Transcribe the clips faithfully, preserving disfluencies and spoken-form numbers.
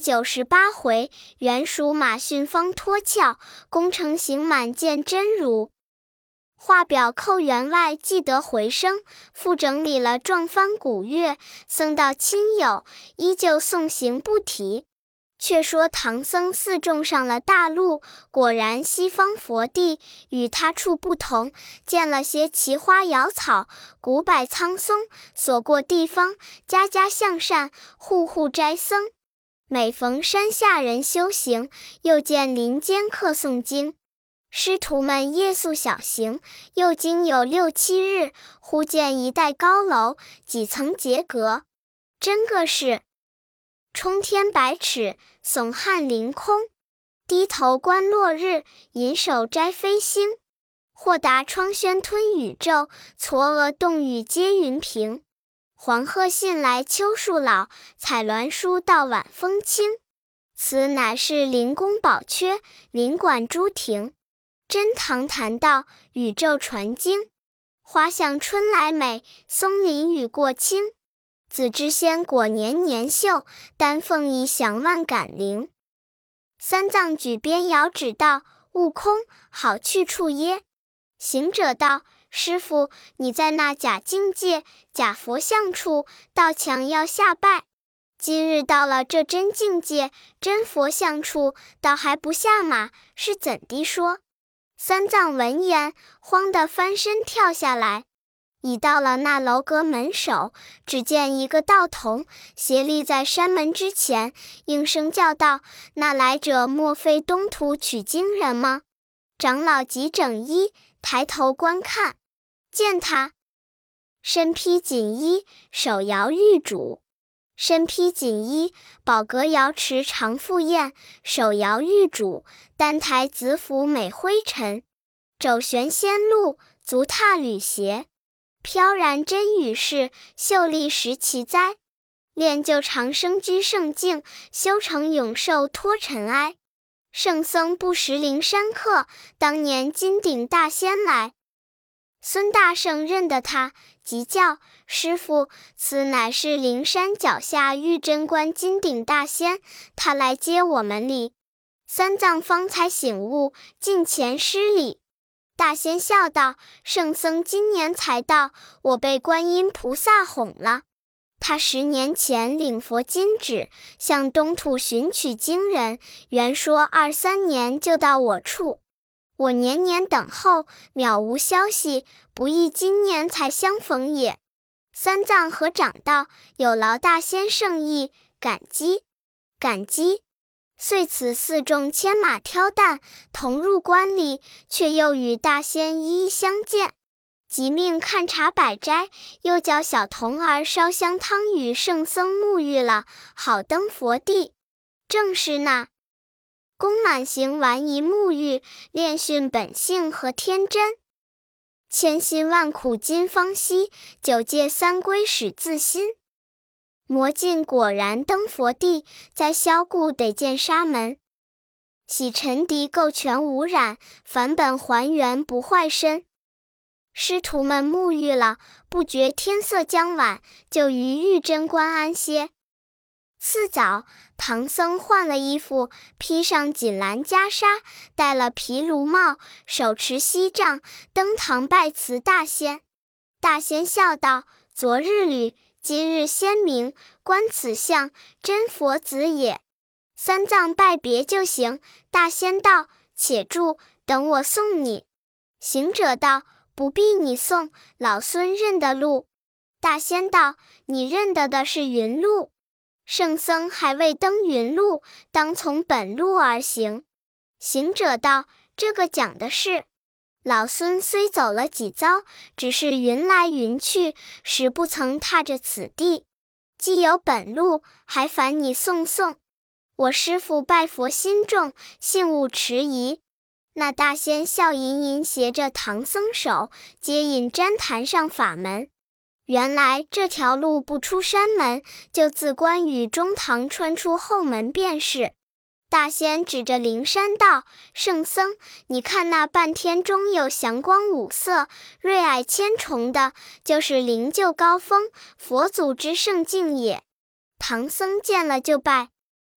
九十八回，原属马逊风脱壳，功成行满见真如。画表扣员外既得回声，复整理了撞翻古乐，僧道亲友依旧诵行不提。却说唐僧寺种上了大路，果然西方佛地与他处不同，见了些奇花瑶草，古柏苍松，所过地方家家向善，户户斋僧。每逢山下人修行，又见林间客诵经。师徒们夜宿小行，又经有六七日，忽见一带高楼，几层结阁，真个是冲天百尺，耸撼凌空。低头观落日，引手摘飞星。豁达窗轩吞宇宙，嵯峨洞宇接云平。黄鹤信来秋树老，彩鸾书到晚风轻。此乃是灵宫宝阙，林馆诸庭。真堂谈道，宇宙传经。花香春来美，松林雨过清。紫芝仙果年年秀，丹凤仪祥万感灵。三藏举鞭遥指道，悟空，好去处耶？行者道，师父，你在那假境界、假佛像处，倒强要下拜。今日到了这真境界、真佛像处，倒还不下马，是怎地说？三藏闻言，慌得翻身跳下来。已到了那楼阁门首，只见一个道童斜立在山门之前，应声叫道，那来者莫非东土取经人吗？长老急整衣，抬头观看，见他身披锦衣，手摇玉杵。身披锦衣，宝阁瑶池常赴宴，手摇玉杵，单抬紫府美灰尘。肘悬仙鹿，足踏履鞋，飘然真与是，秀丽实奇哉。练就长生居圣境，修成永寿脱尘埃。圣僧不识灵山客，当年金顶大仙来。孙大圣认得他，急叫，师父，此乃是灵山脚下玉真观金顶大仙，他来接我们礼。三藏方才醒悟，近前施礼。大仙笑道，圣僧今年才到，我被观音菩萨哄了。他十年前领佛金旨，向东土寻取经人，原说二三年就到我处。我年年等候，渺无消息，不意今年才相逢也。三藏合掌道，有劳大仙圣意，感激感激。遂此四众牵马挑担，同入观里，却又与大仙一一相见。即命看茶摆斋，又叫小童儿烧香汤与圣僧沐浴了，好登佛地。正是那功满行完一沐浴，练训本性和天真。千辛万苦今方息，九界三归始自新。魔镜果然登佛地，在消故得见沙门。洗尘涤垢全无染，返本还原不坏身。师徒们沐浴了，不觉天色将晚，就于玉真观安歇。次早，唐僧换了衣服，披上锦蓝袈裟，戴了毗卢帽，手持锡杖，登堂拜辞大仙。大仙笑道，昨日履，今日鲜明，观此相，真佛子也。三藏拜别就行。大仙道，且住，等我送你。行者道，不必你送，老孙认得路。大仙道，你认得的是云路。圣僧还未登云路，当从本路而行。行者道，这个讲的是，老孙虽走了几遭，只是云来云去，实不曾踏着此地。既有本路，还烦你送送。我师父拜佛心重，信物迟疑。那大仙笑吟吟，携着唐僧手，接引旃檀上法门。原来这条路不出山门，就自关羽中堂穿出后门便是。大仙指着灵山道，圣僧，你看那半天中有祥光五色，瑞霭千重的，就是灵鹫高峰，佛祖之圣境也。唐僧见了就拜。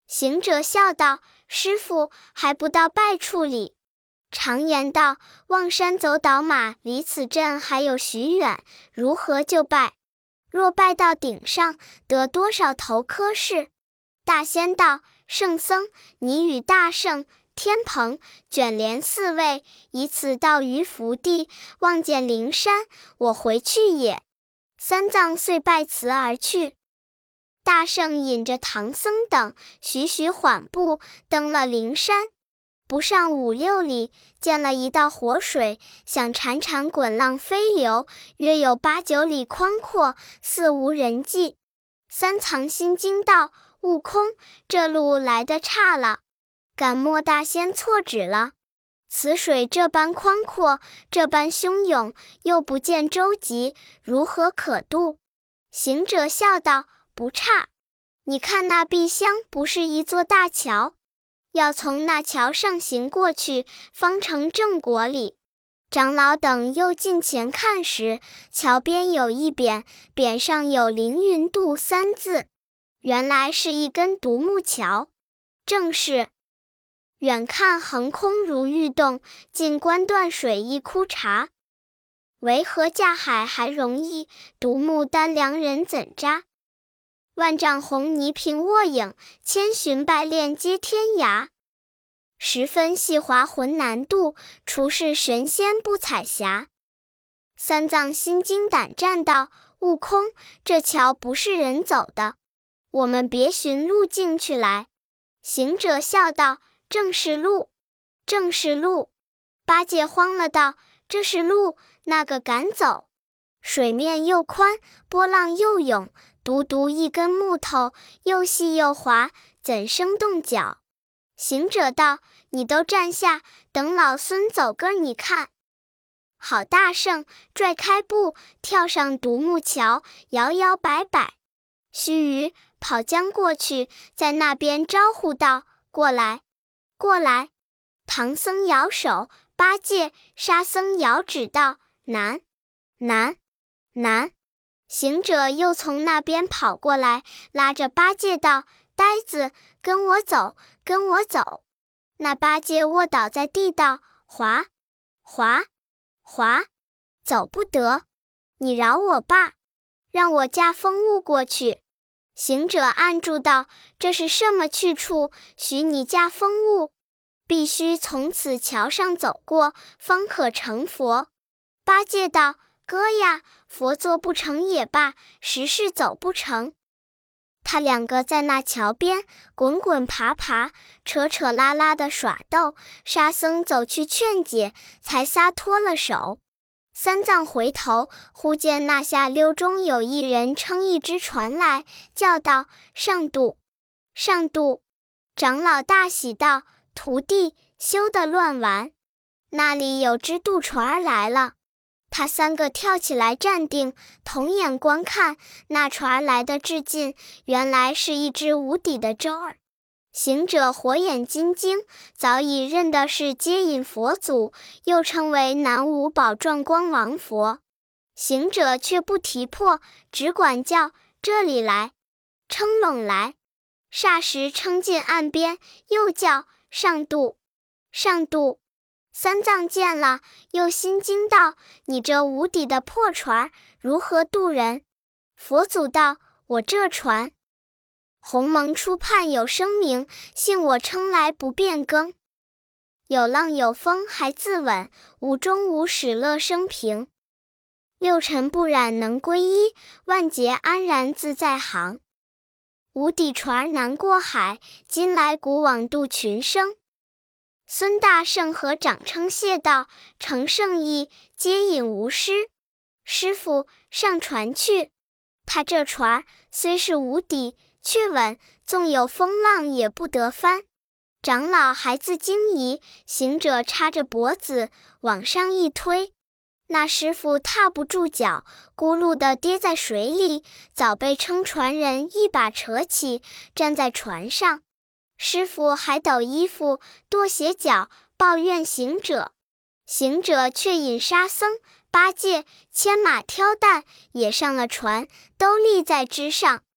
行者笑道：师傅，还不到拜处里。常言道，望山走倒马，离此镇还有许远，如何就拜？若拜到顶上，得多少头科士？大仙道：圣僧，你与大圣、天蓬、卷帘四位，以此到于福地，望见灵山，我回去也。三藏遂拜辞而去。大圣引着唐僧等，徐徐缓步登了灵山。不上五六里，见了一道活水，响潺潺滚浪飞流，约有八九里宽阔，似无人迹。三藏心惊道：悟空，这路来得差了，敢莫大仙错指了？此水这般宽阔，这般汹涌，又不见舟楫，如何可渡？行者笑道：不差，你看那壁厢不是一座大桥？要从那桥上行过去，方成正果里。长老等又近前看时，桥边有一匾，匾上有凌云渡三字，原来是一根独木桥。正是远看横空如玉洞，近观断水一枯茶。为何架海还容易，独木单良人怎扎？万丈红泥平卧影，千寻百炼接天涯。十分细滑浑难渡，除是神仙不彩霞。三藏心惊胆战道：悟空，这桥不是人走的，我们别寻路径去来。行者笑道：正是路，正是路。八戒慌了道：这是路，那个敢走？水面又宽，波浪又涌，独独一根木头，又细又滑，怎生动脚？行者道：你都站下，等老孙走个你看。好大圣拽开步，跳上独木桥，摇摇摆摆。须臾跑将过去，在那边招呼道：过来，过来。唐僧摇手，八戒、沙僧摇指道：难，难，难。行者又从那边跑过来，拉着八戒道：呆子，跟我走，跟我走。那八戒卧倒在地道：滑，滑，滑，走不得，你饶我罢，让我驾风雾过去。行者按住道：这是什么去处，许你驾风雾？必须从此桥上走过，方可成佛。八戒道：哥呀，佛做不成也罢，实是走不成。他两个在那桥边滚滚爬爬，扯扯拉拉的耍斗，沙僧走去劝解，才撒脱了手。三藏回头，忽见那下溜中有一人撑一只船来，叫道：上渡，上渡。长老大喜道：徒弟休得乱玩，那里有只渡船来了。他三个跳起来站定，同眼观看，那船来的至近，原来是一只无底的舟儿。行者火眼金睛，早已认得是接引佛祖，又称为南无宝壮光王佛。行者却不提破，只管叫这里来，撑拢来。霎时撑进岸边，又叫上渡，上渡。三藏见了，又心惊道：你这无底的破船，如何渡人？佛祖道：我这船鸿蒙初盼有声明，幸我撑来不变更。有浪有风还自稳，无终无始乐生平。六尘不染能归一，万劫安然自在行。无底船难过海，今来古往度群生。孙大圣和掌称谢道：承圣意，接引无失。师傅，上船去。他这船虽是无底，却稳，纵有风浪也不得翻。长老还自惊疑，行者插着脖子往上一推，那师傅踏不住脚，咕噜地跌在水里，早被撑船人一把扯起，站在船上。师傅还抖衣服，跺鞋脚，抱怨行者。行者却引沙僧、八戒牵马挑担，也上了船，都立在枝上。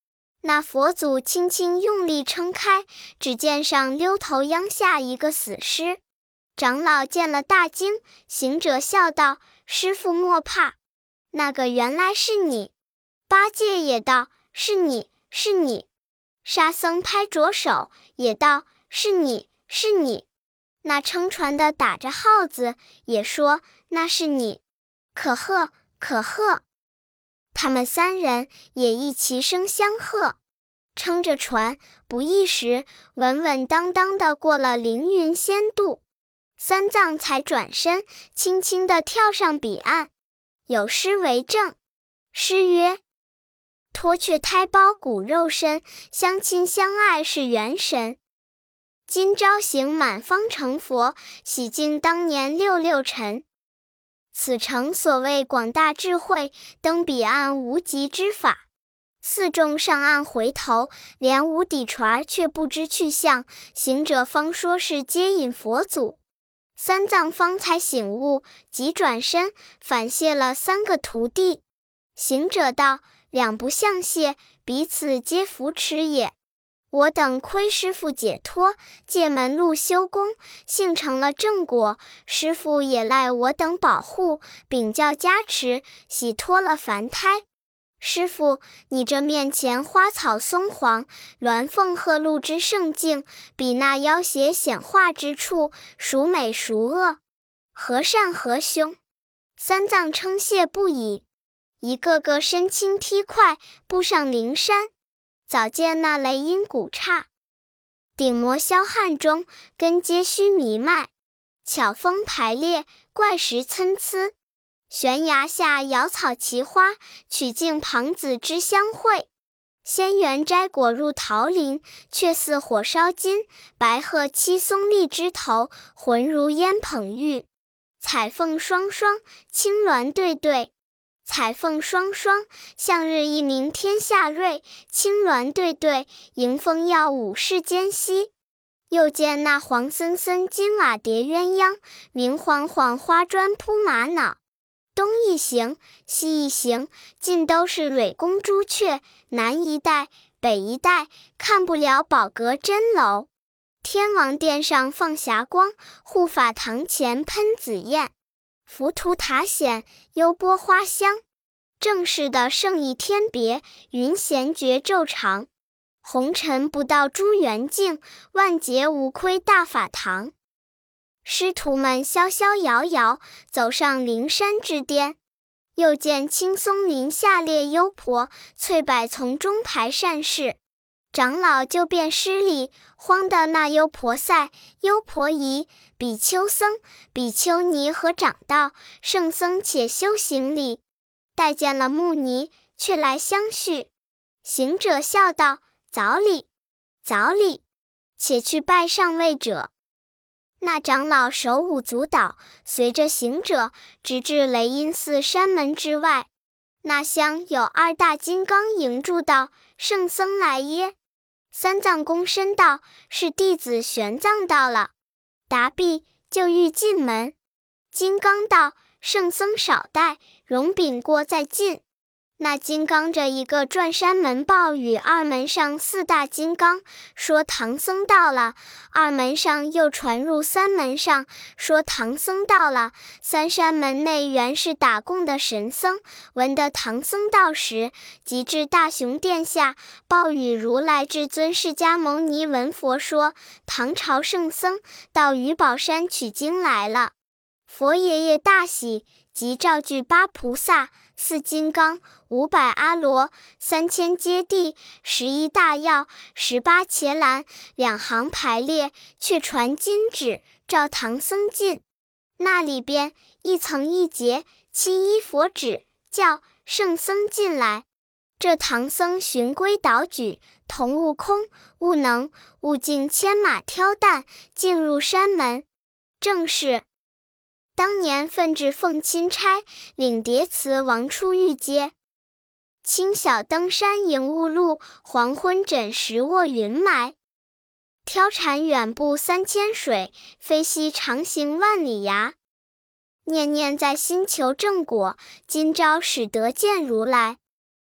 那佛祖轻轻用力撑开，只见上溜头央下一个死尸。长老见了大惊，行者笑道：师父莫怕，那个原来是你。八戒也道：是你，是你。沙僧拍着手，也道：是你，是你。那撑船的打着号子，也说：那是你。可贺，可贺。他们三人也一齐声相贺，撑着船，不一时，稳稳当当地过了凌云仙渡。三藏才转身，轻轻地跳上彼岸。有诗为证，诗曰：脱却胎胞骨肉身，相亲相爱是元神。今朝行满方成佛，洗净当年六六尘。此诚所谓广大智慧，登彼岸无极之法。四众上岸回头，连无底船却不知去向。行者方说是接引佛祖。三藏方才醒悟，急转身反谢了三个徒弟。行者道：两不相谢，彼此皆扶持也。我等亏师父解脱，借门路修功，幸成了正果。师父也赖我等保护，禀教加持，洗脱了凡胎。师父，你这面前花草松黄，鸾凤鹤鹿之胜境，比那妖邪显化之处，孰美孰恶？何善何凶？三藏称谢不已，一个个身轻梯快，步上灵山。早见那雷音鼓刹，顶摩霄汉中，根阶须弥脉，巧峰排列，怪石参差。悬崖下瑶草奇花，曲径旁子之相会。仙缘摘果入桃林，却似火烧金。白鹤栖松荔枝头，浑如烟捧玉。彩凤双双，青鸾对对。彩凤双双，向日一明天下瑞。青鸾对对，迎风耀舞世间稀。又见那黄森森金瓦叠鸳鸯，明晃晃花砖铺玛瑙。东一行，西一行，尽都是蕊宫朱雀。南一带，北一带，看不了宝阁真楼。天王殿上放霞光，护法堂前喷紫焰。浮屠塔显，幽波花香。正式的圣意天别，云闲绝昼长。红尘不到朱元境，万劫无亏大法堂。师徒们逍逍遥遥，走上灵山之巅。又见青松林下列幽婆，翠柏丛中排善士。长老就便施礼，慌的那幽婆塞、幽婆夷、比丘僧、比丘尼和长道、圣僧且修行礼。待见了穆尼，却来相续。行者笑道：早礼，早礼，且去拜上位者。那长老手舞足蹈，随着行者直至雷音寺山门之外。那厢有二大金刚迎住道：圣僧来耶？三藏躬身道：是弟子玄奘到了。答毕，就欲进门。金刚道：圣僧少待，容禀过再进。那金刚着一个转山门报与二门上四大金刚，说唐僧到了。二门上又传入三门上，说唐僧到了。三山门内原是打供的神僧，闻得唐僧到时，即至大雄殿下，报与如来至尊释迦牟尼闻佛说，唐朝圣僧到于宝山取经来了。佛爷爷大喜，即召聚八菩萨、四金刚、五百阿罗、三千揭谛、十一大要、十八伽蓝，两行排列，却传金旨，召唐僧进。那里边一层一节，七依佛旨，叫圣僧进来。这唐僧循规蹈矩，同悟空、悟能、悟净牵马挑担，进入山门。正是当年奋志奉钦差，领叠词王出玉阶。清晓登山迎雾露，黄昏枕石卧云霾。挑禅远步三千水，飞溪长行万里涯。念念在心求正果，今朝始得见如来。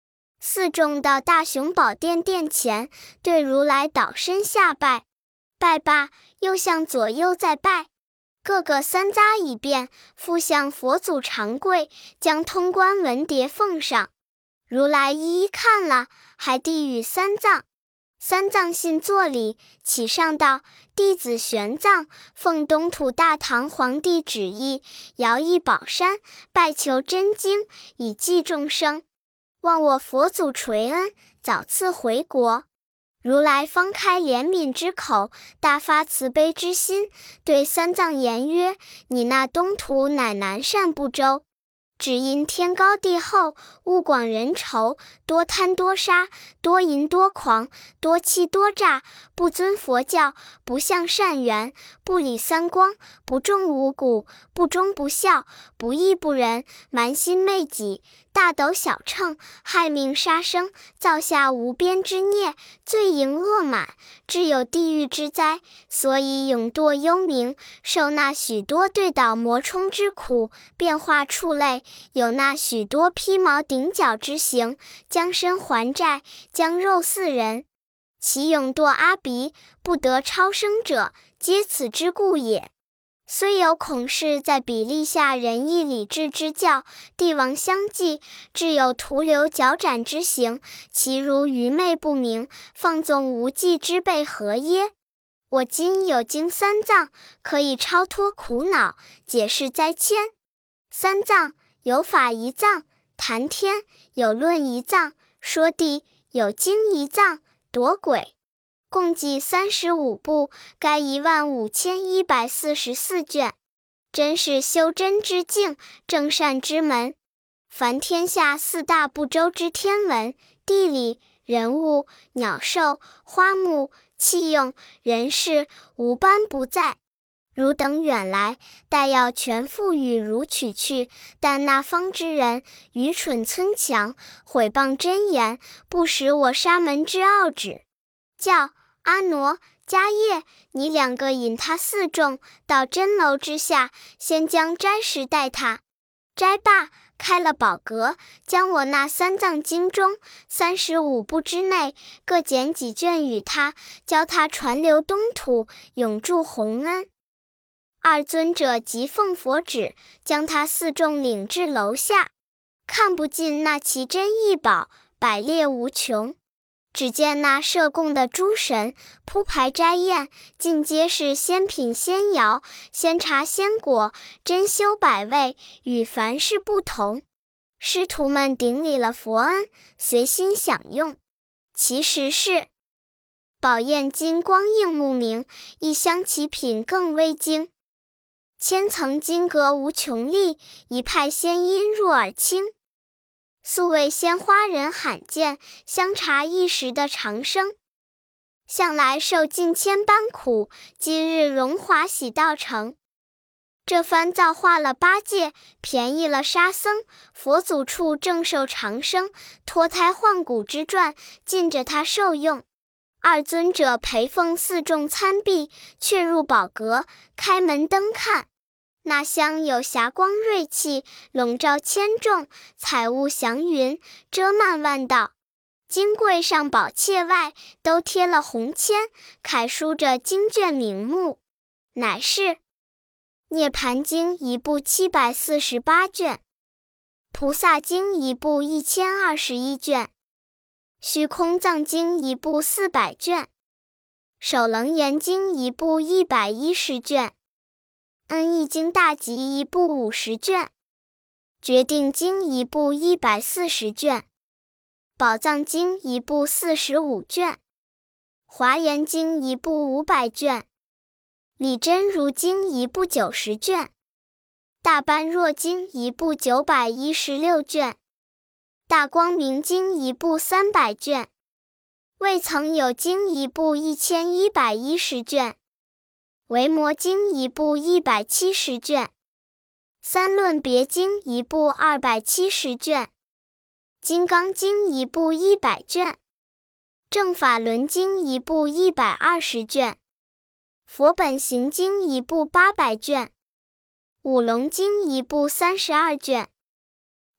四众到大雄宝殿殿前，对如来倒身下拜。拜罢，又向左右再拜，各个三匝一遍，复向佛祖长跪，将通关文牒奉上。如来一一看了，还递与三藏。三藏信作礼，启上道：弟子玄奘，奉东土大唐皇帝旨意，遥诣宝山，拜求真经，以济众生。望我佛祖垂恩，早赐回国。如来方开怜悯之口，大发慈悲之心，对三藏言曰：你那东土乃南赡部洲，只因天高地厚，物广人稠，多贪多杀，多淫多狂，多欺多诈，不遵佛教，不向善缘，不理三光，不重五谷，不忠不孝，不义不仁，蛮心昧己，大斗小乘，害命杀生，造下无边之孽，罪淫恶满，致有地狱之灾，所以永堕幽冥，受那许多对倒魔冲之苦，变化畜类，有那许多披毛顶角之刑，将身还债，将肉似人，其永堕阿鼻，不得超生者，皆此之故也。虽有孔氏在比例下仁义礼智之教，帝王相继，致有徒留脚斩之刑，其如愚昧不明，放纵无忌之辈何耶？我今有经三藏，可以超脱苦恼，解释灾迁。三藏有法一藏，谈天；有论一藏，说地；有经一藏，夺鬼。共计三十五部，该一万五千一百四十四卷，真是修真之境，正善之门。凡天下四大部洲之天文、地理、人物、鸟兽、花木、器用、人事，无般不在。汝等远来，待要全复与汝取去，但那方之人愚蠢村强，毁谤真言，不识我沙门之奥旨。叫阿傩、迦叶，你两个引他四众到真楼之下，先将斋食待他。斋罢，开了宝阁，将我那三藏经中三十五部之内，各拣几卷与他，教他传流东土，永驻洪恩。二尊者即奉佛旨，将他四众领至楼下，看不尽那奇珍异宝，百列无穷。只见那设供的诸神铺排斋宴，尽皆是仙品仙肴、仙茶仙果，珍馐百味，与凡事不同。师徒们顶礼了佛恩，随心享用。其实是宝焰金光映目明，一香其品更微精。千层金阁无穷丽，一派仙音入耳清。素味鲜花人罕见，香茶一时的长生。向来受尽千般苦，今日荣华喜道成。这番造化了八戒，便宜了沙僧，佛祖处正受长生，脱胎换骨之传，尽着他受用。二尊者陪奉四众参毕，却入宝阁，开门登看。那厢有霞光瑞气，笼罩千众，彩雾祥云，遮漫万道。金柜上宝榭外，都贴了红签，楷书着经卷名目，乃是涅盘经一部七百四十八卷，菩萨经一部一千二十一卷，虚空藏经一部四百卷，首楞严经一部一百一十卷，恩义经大集一部五十卷，决定经一部一百四十卷，宝藏经一部四十五卷，华严经一部五百卷，理真如经一部九十卷，大般若经一部九百一十六卷，大光明经一部三百卷，未曾有经一部一千一百一十卷，维摩经一部一百七十卷，三论别经一部二百七十卷，金刚经一部一百卷，正法轮经一部一百二十卷，佛本行经一部八百卷，五龙经一部三十二卷，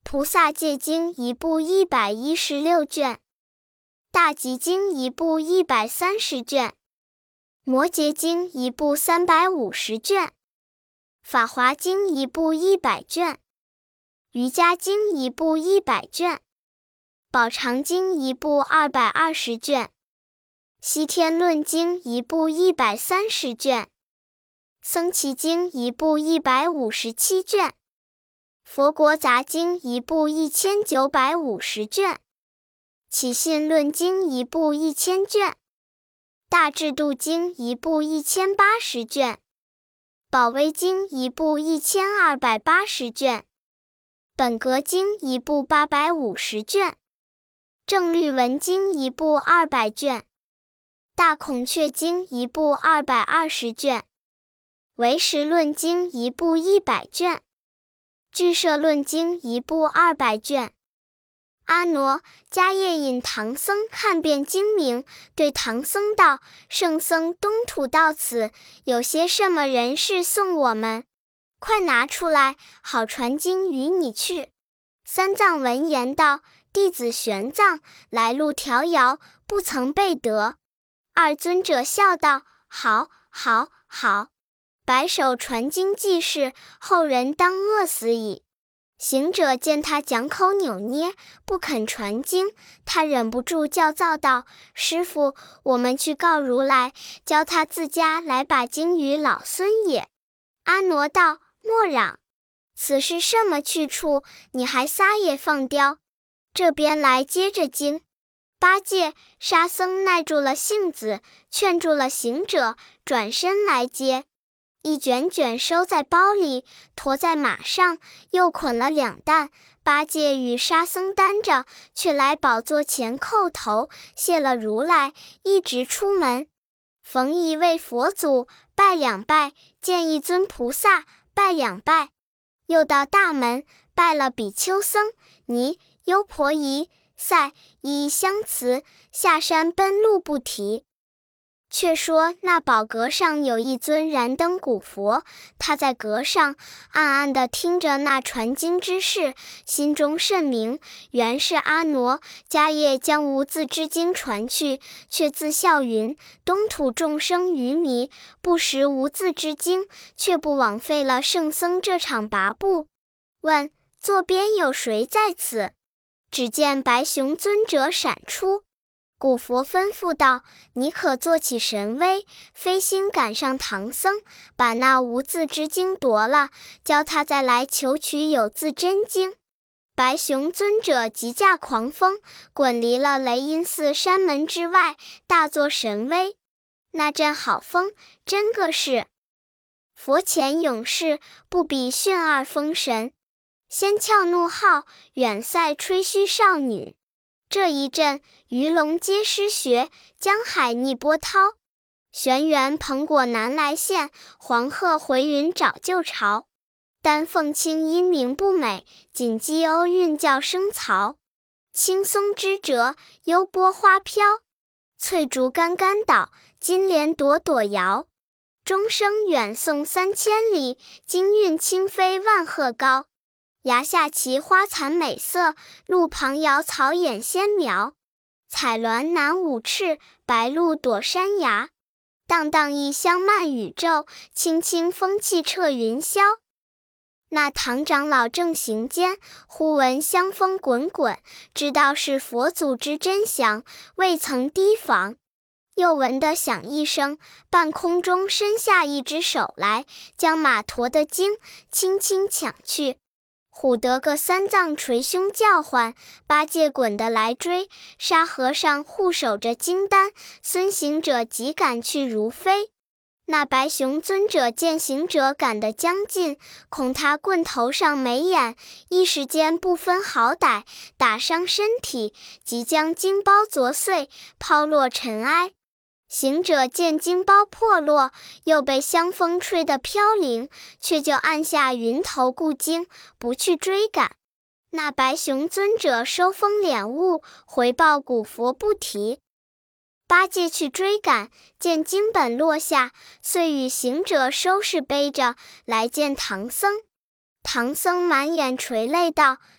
菩萨戒经一部一百一十六卷，大集经一部一百三十卷，摩诘经一部三百五十卷，法华经一部一百卷，瑜伽经一部一百卷，宝常经一部二百二十卷，西天论经一部一百三十卷，僧祇经一部一百五十七卷，佛国杂经一部一千九百五十卷，起信论经一部一千卷，大智度经一部一千八十卷，宝威经一部一千二百八十卷，本格经一部八百五十卷，正律文经一部二百卷，大孔雀经一部二百二十卷，唯识论经一部一百卷，俱舍论经一部二百卷。阿傩，迦叶引唐僧看遍经名，对唐僧道：圣僧，东土到此，有些什么人事送我们？快拿出来，好传经与你去。三藏闻言道：弟子玄奘，来路迢遥，不曾备得。二尊者笑道：好，好，好，白手传经济事，后人当饿死矣。行者见他讲口扭捏，不肯传经，他忍不住叫噪道：师父，我们去告如来，教他自家来把经与老孙也。阿傩道：莫嚷，此是什么去处？你还撒野放刁？这边来接着经。八戒、沙僧耐住了性子，劝住了行者，转身来接。一卷卷收在包里，驮在马上，又捆了两担。八戒与沙僧担着，却来宝座前叩头，谢了如来，一直出门。逢一位佛祖，拜两拜；见一尊菩萨，拜两拜。又到大门，拜了比丘僧、尼、优婆夷、赛，一一相辞，下山奔路不提。却说那宝阁上有一尊燃灯古佛，他在阁上暗暗地听着那传经之事，心中甚明，原是阿傩、迦叶将无字之经传去，却自笑云：东土众生愚迷，不识无字之经，却不枉费了圣僧这场拔步。问：座边有谁在此？只见白熊尊者闪出。古佛吩咐道：你可做起神威，飞星赶上唐僧，把那无字之经夺了，教他再来求取有字真经。白熊尊者急驾狂风，滚离了雷音寺山门之外，大作神威。那阵好风，真个是佛前勇士，不比驯二风神。仙俏怒号，远塞吹嘘少女。这一阵，鱼龙皆失学，江海逆波涛。玄元蓬果南来现，黄鹤回云找旧巢。丹凤清音名不美，锦鸡鸥韵叫声曹。青松枝折，幽波花飘。翠竹竿竿倒，金莲朵朵摇。钟声远送三千里，金韵轻飞万壑高。崖下奇花残美色，路旁瑶草眼纤苗。彩鸾南五翅，白鹭躲山崖。荡荡异香漫宇宙，清清风气彻云霄。那唐长老正行间，忽闻香风滚滚，知道是佛祖之真祥，未曾提防。又闻得响一声，半空中伸下一只手来，将马驮的经轻轻抢去。唬得个三藏捶胸叫唤，八戒滚得来追，沙和尚护守着金丹，孙行者急赶去如飞。那白熊尊者见行者赶得将近，恐他棍头上没眼，一时间不分好歹，打伤身体，即将经包啄碎，抛落尘埃。行者见经包破落，又被香风吹得飘零，却就按下云头顾经，不去追赶。那白熊尊者收风敛雾，回报古佛不提。八戒去追赶，见经本落下，遂与行者收拾背着来见唐僧。唐僧满眼垂泪道：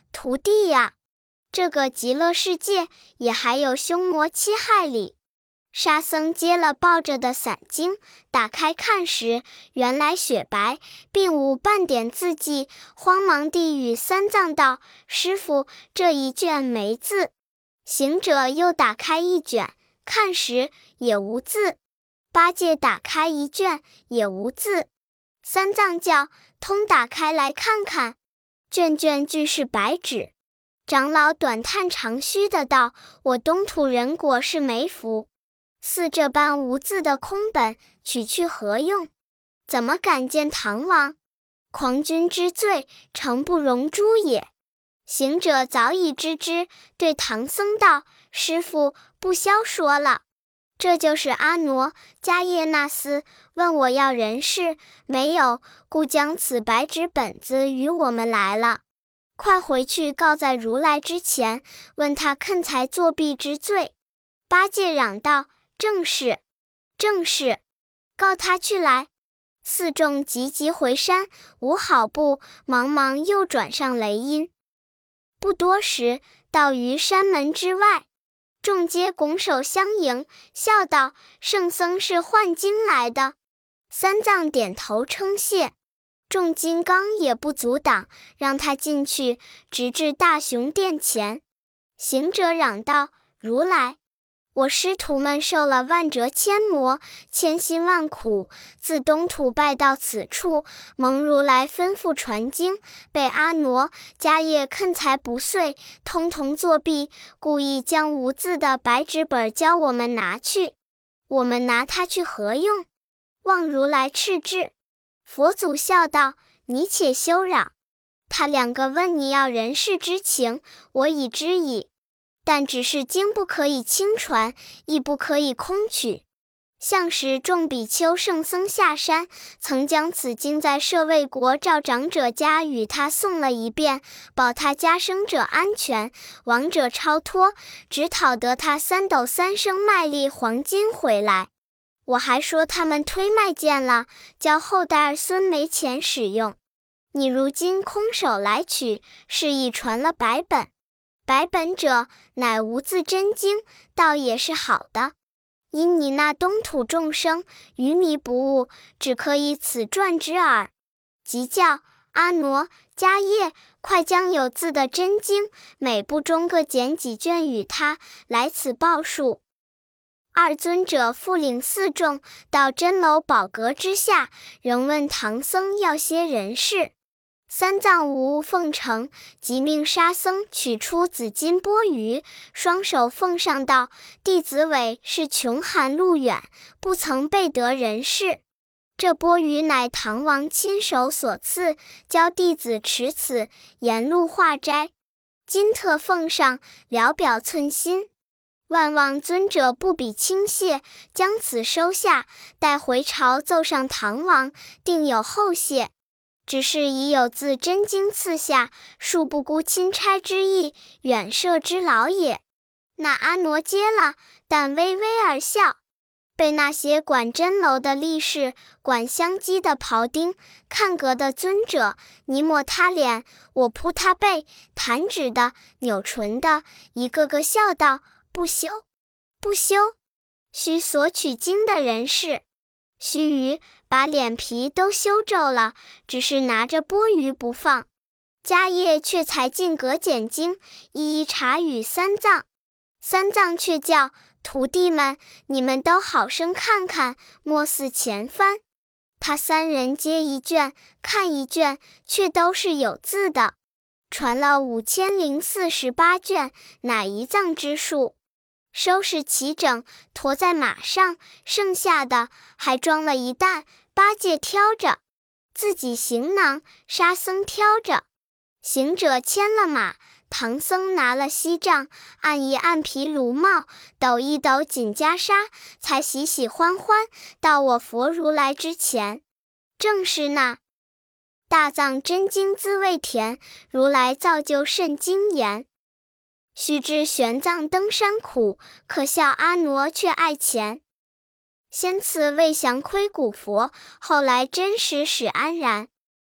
徒弟呀，这个极乐世界也还有凶魔欺害哩。沙僧接了抱着的伞经，打开看时，原来雪白，并无半点字迹，慌忙地与三藏道：“师父，这一卷没字。”行者又打开一卷，看时也无字。八戒打开一卷，也无字。三藏叫：“通打开来看看。”卷卷俱是白纸。长老短叹长吁的道：“我东土人果是没福，似这般无字的空本，取去何用？怎么敢见唐王？狂君之罪，诚不容诛也。”行者早已知之，对唐僧道：“师父，不消说了。这就是阿傩、迦叶那厮问我要人事，没有，故将此白纸本子与我们来了。快回去告在如来之前，问他肯才作弊之罪。”八戒嚷道：“正是，正是，告他去来。”四众急急回山，无好步，忙忙又转上雷音。不多时，到于山门之外，众皆拱手相迎，笑道：“圣僧是换经来的。”三藏点头称谢。众金刚也不阻挡，让他进去，直至大雄殿前。行者嚷道：“如来，我师徒们受了万折千磨，千辛万苦，自东土拜到此处，蒙如来吩咐传经，被阿傩、迦叶趁财不遂，通通作弊，故意将无字的白纸本教我们拿去。我们拿它去何用？望如来斥制。”佛祖笑道：“你且休嚷，他两个问你要人事之情，我已知矣。但只是经不可以轻传，亦不可以空取。向时众比丘圣僧下山，曾将此经在舍卫国赵长者家与他诵了一遍，保他家生者安全，亡者超脱，只讨得他三斗三升麦粒黄金回来。我还说他们推卖贱了，叫后代儿孙没钱使用。你如今空手来取，是已传了白本。白本者，乃无字真经，倒也是好的。因你那东土众生愚迷不悟，只可以此传之耳。即叫阿傩、迦叶快将有字的真经，每部中各捡几卷与他，来此报数。”二尊者复领四众到真楼宝阁之下，仍问唐僧要些人事。三藏无误奉承，即命沙僧取出紫金钵盂，双手奉上道：“弟子委是穷寒路远，不曾备得人事。这钵盂乃唐王亲手所赐，教弟子持此，沿路化斋。今特奉上，聊表寸心。万望尊者不比轻谢，将此收下，待回朝奏上唐王，定有后谢。只是已有字真经赐下，恕不顾钦差之意，远涉之劳也。”那阿傩接了，但微微而笑。被那些管真楼的力士、管香积的庖丁、看阁的尊者，你抹他脸，我扑他背，弹指的、扭唇的，一个个笑道：“不休，不休，须索取经的人事。”须臾，把脸皮都羞皱了，只是拿着钵盂不放。迦叶却才进阁捡经，一一查与三藏。三藏却叫：“徒弟们，你们都好生看看，莫似前番。”他三人接一卷，看一卷，却都是有字的。传了五千零四十八卷，乃一藏之数。收拾齐整，驮在马上，剩下的还装了一担，八戒挑着，自己行囊，沙僧挑着。行者牵了马，唐僧拿了锡杖，按一按皮卢帽，抖一抖紧袈裟，才喜喜欢欢到我佛如来之前。正是那大藏真经滋味甜，如来造就甚精严。须知玄奘登山苦，可笑阿傩却爱钱。先次未降亏古佛，后来真实使安然。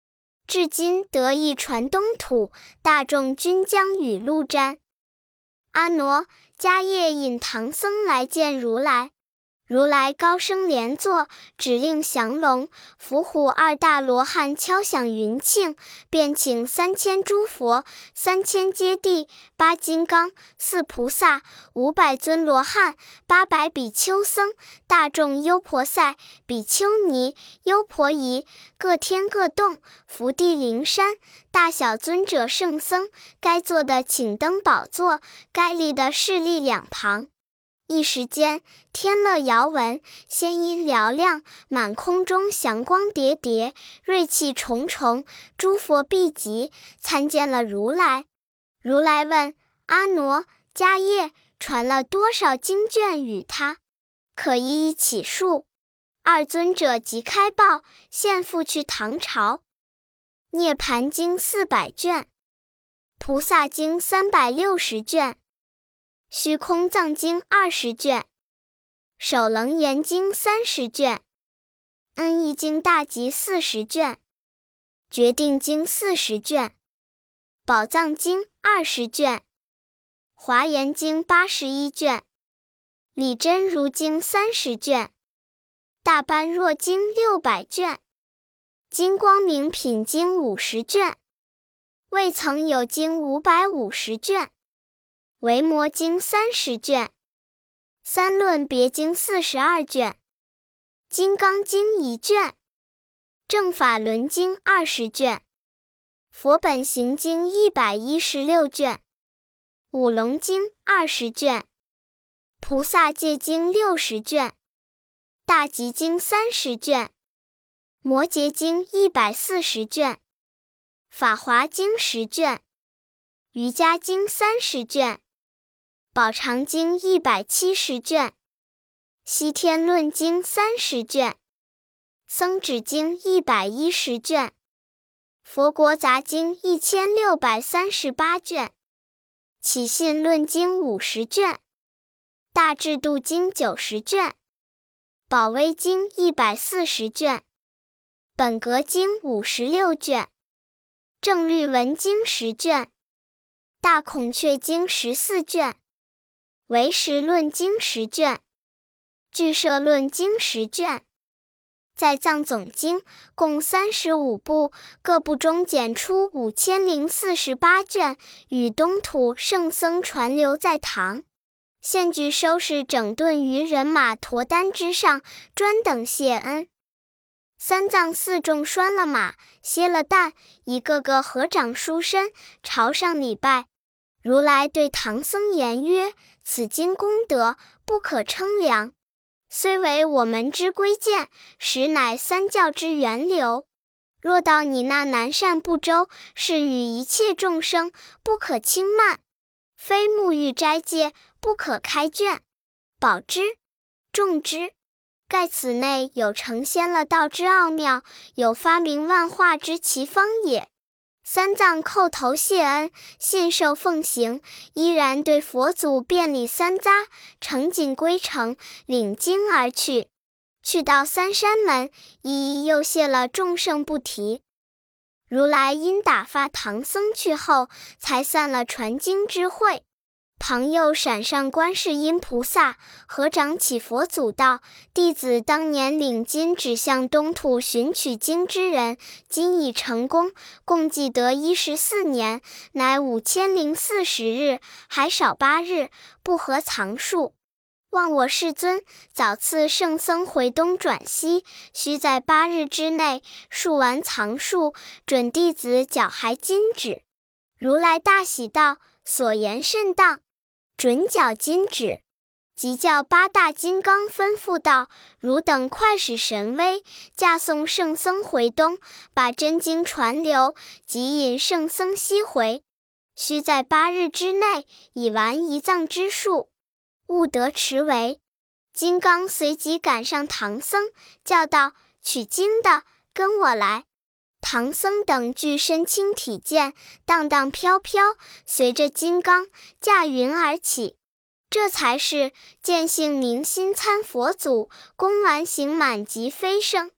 至今得以传东土，大众均将雨露沾。阿傩、迦叶引唐僧来见如来。如来高声连坐，指令降龙、伏虎二大罗汉敲响云磬，便请三千诸佛、三千揭谛、八金刚、四菩萨、五百尊罗汉、八百比丘僧、大众优婆塞、比丘尼、优婆夷，各天各洞，福地灵山，大小尊者圣僧，该坐的请登宝座，该立的侍立两旁。一时间，天乐遥闻，仙音嘹亮，满空中祥光叠叠，瑞气重重，诸佛毕集，参见了如来。如来问阿傩、迦叶，传了多少经卷与他？可一一启述。二尊者即开报，现复去唐朝。涅盘经四百卷，菩萨经三百六十卷，虚空藏经二十卷，首楞严经三十卷，恩义经大集四十卷，决定经四十卷，宝藏经二十卷，华严经八十一卷，理真如经三十卷，大般若经六百卷，金光明品经五十卷，未曾有经五百五十卷。维摩经三十卷，三论别经四十二卷，金刚经一卷，正法轮经二十卷，佛本行经一百一十六卷，五龙经二十卷，菩萨戒经六十卷，大集经三十卷，摩诘经一百四十卷，法华经十卷，瑜伽经三十卷，宝常经一百七十卷，西天论经三十卷，僧祇经一百一十卷，佛国杂经一千六百三十八卷，起信论经五十卷，大智度经九十卷，宝威经一百四十卷，本格经五十六卷，正律文经十卷，大孔雀经十四卷，唯识论经十卷，俱舍论经十卷，在藏总经共三十五部，各部中拣出五千零四十八卷，与东土圣僧传流在唐。现具收拾整顿于人马驮担之上，专等谢恩。三藏四众拴了马，歇了担，一个个合掌书身，朝上礼拜。如来对唐僧言曰：此经功德不可称量，虽为我们之规谏，实乃三教之源流。若到你那南赡部洲，是与一切众生，不可轻慢，非沐浴斋戒，不可开卷，保之，重之。盖此内有成仙了道之奥妙，有发明万化之奇方也。三藏叩头谢恩，信受奉行，依然对佛祖遍礼三匝，乘锦归程，领经而去。去到三山门，一一又谢了众圣不提。如来因打发唐僧去后，才散了传经之会。旁又闪上观世音菩萨，合掌祈佛祖道：弟子当年领金指向东土寻取经之人，今已成功，共计得一十四年，乃五千零四十日，还少八日，不合藏数。望我世尊早赐圣僧回东转西，须在八日之内述完藏数，准弟子脚还金指。如来大喜道：所言甚当，准缴金指。即叫八大金刚吩咐道：汝等快使神威，驾送圣僧回东，把真经传流，即引圣僧西回。须在八日之内已完一藏之数，勿得迟违。金刚随即赶上唐僧，叫道：取经的，跟我来。唐僧等俱身轻体健，荡荡飘飘，随着金刚驾云而起。这才是见性明心参佛祖，功完行满即飞升。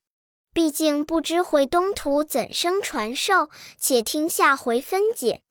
毕竟不知回东土怎生传授，且听下回分解。